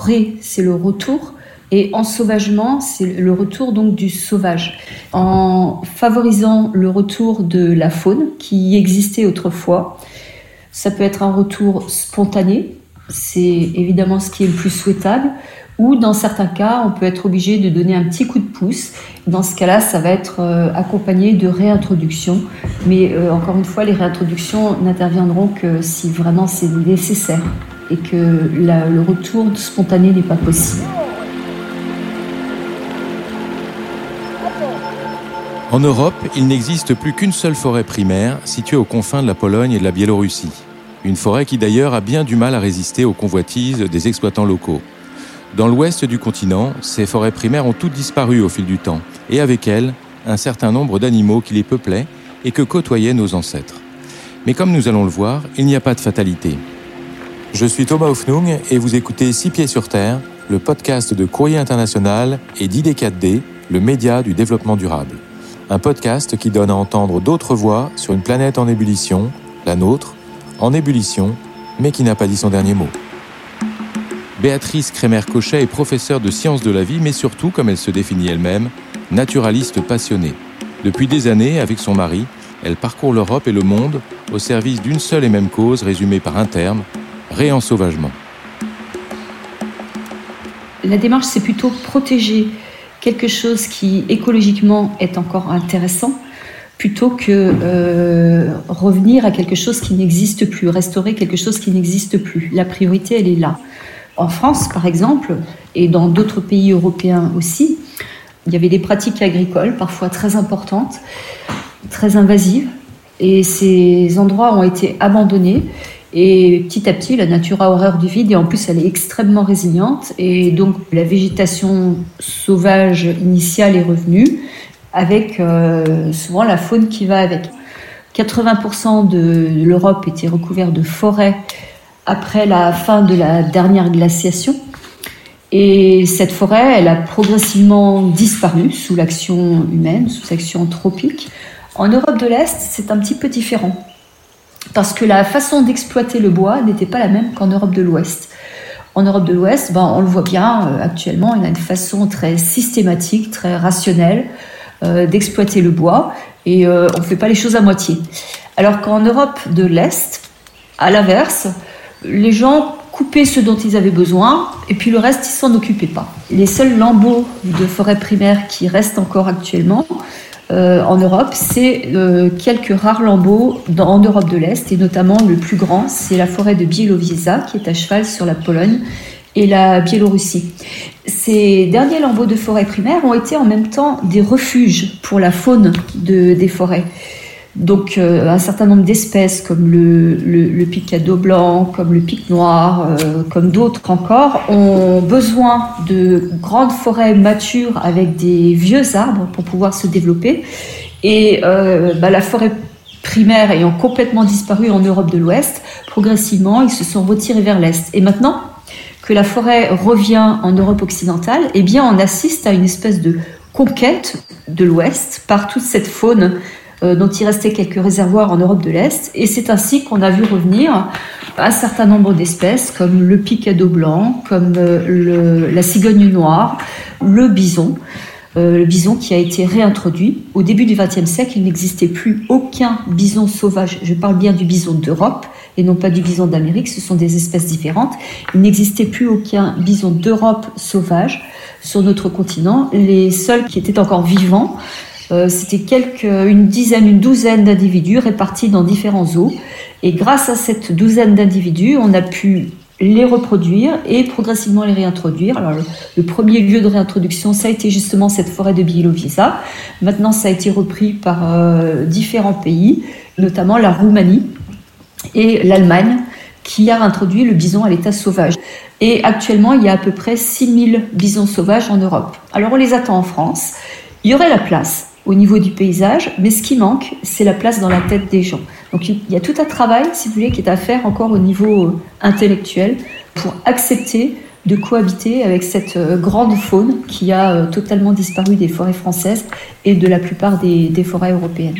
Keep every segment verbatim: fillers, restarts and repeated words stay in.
ré, c'est le retour. Et ensauvagement, c'est le retour donc du sauvage. En favorisant le retour de la faune qui existait autrefois, ça peut être un retour spontané, c'est évidemment ce qui est le plus souhaitable, ou dans certains cas, on peut être obligé de donner un petit coup de pouce. Dans ce cas-là, ça va être euh, accompagné de réintroduction. Mais euh, encore une fois, les réintroductions n'interviendront que si vraiment c'est nécessaire et que la, le retour spontané n'est pas possible. En Europe, il n'existe plus qu'une seule forêt primaire située aux confins de la Pologne et de la Biélorussie. Une forêt qui d'ailleurs a bien du mal à résister aux convoitises des exploitants locaux. Dans l'ouest du continent, ces forêts primaires ont toutes disparu au fil du temps, et avec elles, un certain nombre d'animaux qui les peuplaient et que côtoyaient nos ancêtres. Mais comme nous allons le voir, il n'y a pas de fatalité. Je suis Thomas Hoffnung et vous écoutez Six Pieds sur Terre, le podcast de Courrier International et d'I D quatre D, le média du développement durable. Un podcast qui donne à entendre d'autres voix sur une planète en ébullition, la nôtre, en ébullition, mais qui n'a pas dit son dernier mot. Béatrice Crémer-Cochet est professeure de sciences de la vie, mais surtout, comme elle se définit elle-même, naturaliste passionnée. Depuis des années, avec son mari, elle parcourt l'Europe et le monde au service d'une seule et même cause résumée par un terme, réensauvagement. La démarche, c'est plutôt protéger quelque chose qui écologiquement est encore intéressant, plutôt que euh, revenir à quelque chose qui n'existe plus, restaurer quelque chose qui n'existe plus. La priorité, elle est là. En France, par exemple, et dans d'autres pays européens aussi, il y avait des pratiques agricoles parfois très importantes, très invasives, et ces endroits ont été abandonnés. Et petit à petit, la nature a horreur du vide et en plus, elle est extrêmement résiliente. Et donc, la végétation sauvage initiale est revenue avec euh, souvent la faune qui va avec. quatre-vingts pour cent de l'Europe était recouverte de forêts après la fin de la dernière glaciation. Et cette forêt, elle a progressivement disparu sous l'action humaine, sous l'action anthropique. En Europe de l'Est, c'est un petit peu différent. Parce que la façon d'exploiter le bois n'était pas la même qu'en Europe de l'Ouest. En Europe de l'Ouest, ben, on le voit bien euh, actuellement, il y a une façon très systématique, très rationnelle euh, d'exploiter le bois et euh, on ne fait pas les choses à moitié. Alors qu'en Europe de l'Est, à l'inverse, les gens coupaient ce dont ils avaient besoin et puis le reste, ils ne s'en occupaient pas. Les seuls lambeaux de forêt primaire qui restent encore actuellement, Euh, en Europe, c'est euh, quelques rares lambeaux dans, en Europe de l'Est, et notamment le plus grand, c'est la forêt de Biélowieża, qui est à cheval sur la Pologne et la Biélorussie. Ces derniers lambeaux de forêt primaire ont été en même temps des refuges pour la faune de, des forêts. Donc euh, un certain nombre d'espèces comme le, le, le pic-à-dos blanc, comme le pic noir, euh, comme d'autres encore, ont besoin de grandes forêts matures avec des vieux arbres pour pouvoir se développer. Et euh, bah, la forêt primaire ayant complètement disparu en Europe de l'Ouest, progressivement ils se sont retirés vers l'Est. Et maintenant que la forêt revient en Europe occidentale, eh bien on assiste à une espèce de conquête de l'Ouest par toute cette faune Euh, dont il restait quelques réservoirs en Europe de l'Est. Et c'est ainsi qu'on a vu revenir un certain nombre d'espèces comme le pic-à-dos blanc, comme euh, le, la cigogne noire, le bison. Euh, le bison qui a été réintroduit. Au début du vingtième siècle, il n'existait plus aucun bison sauvage. Je parle bien du bison d'Europe et non pas du bison d'Amérique. Ce sont des espèces différentes. Il n'existait plus aucun bison d'Europe sauvage sur notre continent. Les seuls qui étaient encore vivants, Euh, c'était quelques, une dizaine, une douzaine d'individus répartis dans différents zoos. Et grâce à cette douzaine d'individus, on a pu les reproduire et progressivement les réintroduire. Alors, le, le premier lieu de réintroduction, ça a été justement cette forêt de Biélowieża. Maintenant, ça a été repris par euh, différents pays, notamment la Roumanie et l'Allemagne, qui a introduit le bison à l'état sauvage. Et actuellement, il y a à peu près six mille bisons sauvages en Europe. Alors, on les attend en France. Il y aurait la place au niveau du paysage, mais ce qui manque, c'est la place dans la tête des gens. Donc il y a tout un travail, si vous voulez, qui est à faire encore au niveau intellectuel pour accepter de cohabiter avec cette grande faune qui a totalement disparu des forêts françaises et de la plupart des, des forêts européennes.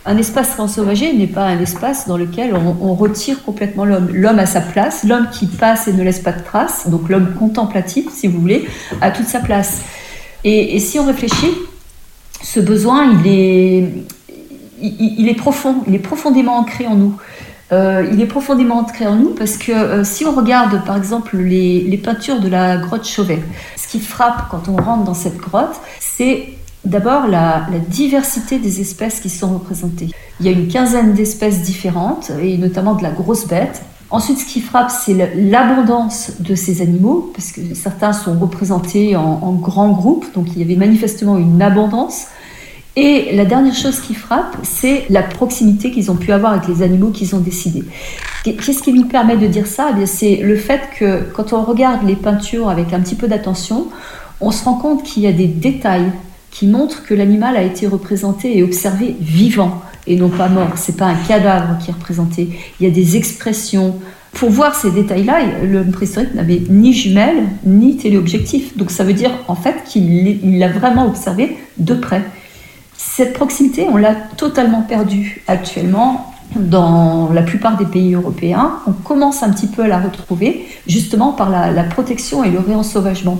Un espace réensauvagé n'est pas un espace dans lequel on, on retire complètement l'homme. L'homme a sa place, l'homme qui passe et ne laisse pas de traces, donc l'homme contemplatif, si vous voulez, a toute sa place. Et, et si on réfléchit, ce besoin, il est, il, il est profond, il est profondément ancré en nous. Euh, il est profondément ancré en nous parce que euh, si on regarde par exemple les, les peintures de la grotte Chauvet, ce qui frappe quand on rentre dans cette grotte, c'est d'abord la, la diversité des espèces qui sont représentées. Il y a une quinzaine d'espèces différentes et notamment de la grosse bête. Ensuite, ce qui frappe, c'est l'abondance de ces animaux, parce que certains sont représentés en, en grands groupes, donc il y avait manifestement une abondance. Et la dernière chose qui frappe, c'est la proximité qu'ils ont pu avoir avec les animaux qu'ils ont décidé. Qu'est-ce qui nous permet de dire ça ? Eh bien, c'est le fait que quand on regarde les peintures avec un petit peu d'attention, on se rend compte qu'il y a des détails qui montrent que l'animal a été représenté et observé vivant et non pas mort. C'est pas un cadavre qui est représenté. Il y a des expressions. Pour voir ces détails-là, l'homme préhistorique n'avait ni jumelles ni téléobjectif. Donc ça veut dire en fait qu'il l'a vraiment observé de près. Cette proximité, on l'a totalement perdue actuellement dans la plupart des pays européens. On commence un petit peu à la retrouver justement par la, la protection et le réensauvagement.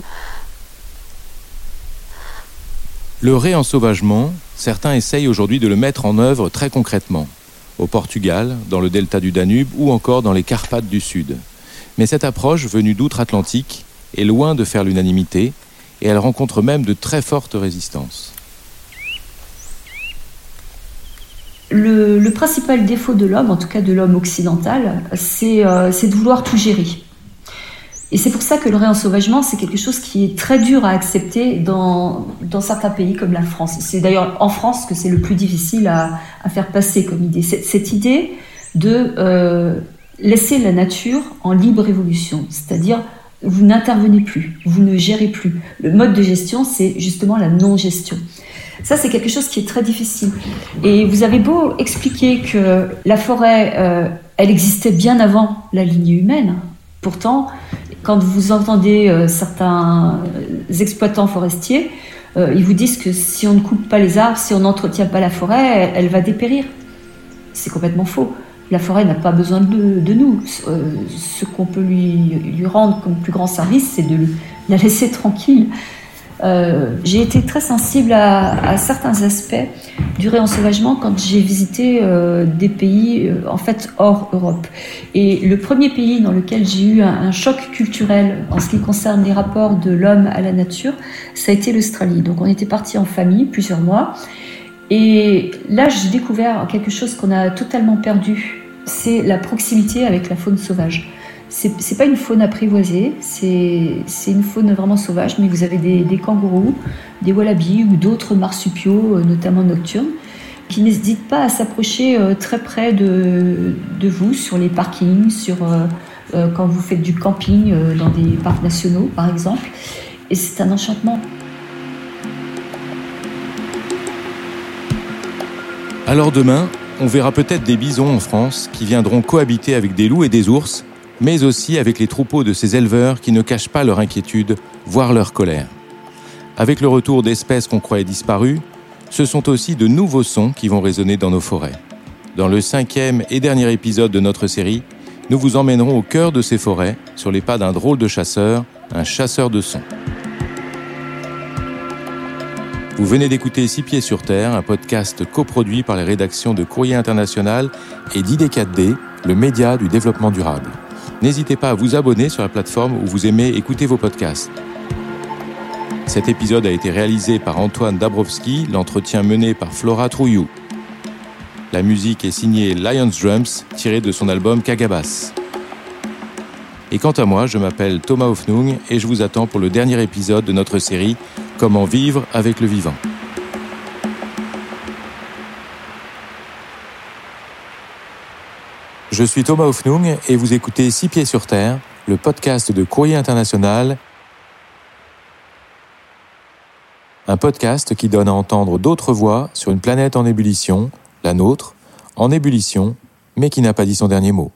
Le réensauvagement, certains essayent aujourd'hui de le mettre en œuvre très concrètement, au Portugal, dans le delta du Danube ou encore dans les Carpates du Sud. Mais cette approche, venue d'outre-Atlantique, est loin de faire l'unanimité et elle rencontre même de très fortes résistances. Le, le principal défaut de l'homme, en tout cas de l'homme occidental, c'est, euh, c'est de vouloir tout gérer. Et c'est pour ça que le réensauvagement, c'est quelque chose qui est très dur à accepter dans, dans certains pays comme la France. C'est d'ailleurs en France que c'est le plus difficile à, à faire passer comme idée. Cette, cette idée de euh, laisser la nature en libre évolution, c'est-à-dire vous n'intervenez plus, vous ne gérez plus. Le mode de gestion, c'est justement la non-gestion. Ça, c'est quelque chose qui est très difficile. Et vous avez beau expliquer que la forêt, euh, elle existait bien avant la lignée humaine. Pourtant, quand vous entendez euh, certains exploitants forestiers, euh, ils vous disent que si on ne coupe pas les arbres, si on n'entretient pas la forêt, elle, elle va dépérir. C'est complètement faux. La forêt n'a pas besoin de, de nous. Euh, ce qu'on peut lui, lui rendre comme plus grand service, c'est de la laisser tranquille. Euh, j'ai été très sensible à, à certains aspects du réensauvagement quand j'ai visité euh, des pays euh, en fait hors Europe. Et le premier pays dans lequel j'ai eu un, un choc culturel en ce qui concerne les rapports de l'homme à la nature, ça a été l'Australie. Donc on était partis en famille plusieurs mois. Et là, j'ai découvert quelque chose qu'on a totalement perdu, c'est la proximité avec la faune sauvage. C'est, c'est pas une faune apprivoisée, c'est, c'est une faune vraiment sauvage, mais vous avez des, des kangourous, des wallabies ou d'autres marsupiaux, notamment nocturnes, qui n'hésitent pas à s'approcher très près de, de vous sur les parkings, sur, euh, quand vous faites du camping dans des parcs nationaux, par exemple. Et c'est un enchantement. Alors demain, on verra peut-être des bisons en France qui viendront cohabiter avec des loups et des ours, mais aussi avec les troupeaux de ces éleveurs qui ne cachent pas leur inquiétude, voire leur colère. Avec le retour d'espèces qu'on croyait disparues, ce sont aussi de nouveaux sons qui vont résonner dans nos forêts. Dans le cinquième et dernier épisode de notre série, nous vous emmènerons au cœur de ces forêts, sur les pas d'un drôle de chasseur, un chasseur de sons. Vous venez d'écouter Six Pieds sur Terre, un podcast coproduit par les rédactions de Courrier International et d'I D quatre D, le média du développement durable. N'hésitez pas à vous abonner sur la plateforme où vous aimez écouter vos podcasts. Cet épisode a été réalisé par Antoine Dabrowski, l'entretien mené par Flora Trouillou. La musique est signée Lions Drums, tirée de son album Kagabas. Et quant à moi, je m'appelle Thomas Hoffnung et je vous attends pour le dernier épisode de notre série Comment vivre avec le vivant. Je suis Thomas Hoffnung et vous écoutez Six Pieds sur Terre, le podcast de Courrier International, un podcast qui donne à entendre d'autres voix sur une planète en ébullition, la nôtre, en ébullition, mais qui n'a pas dit son dernier mot.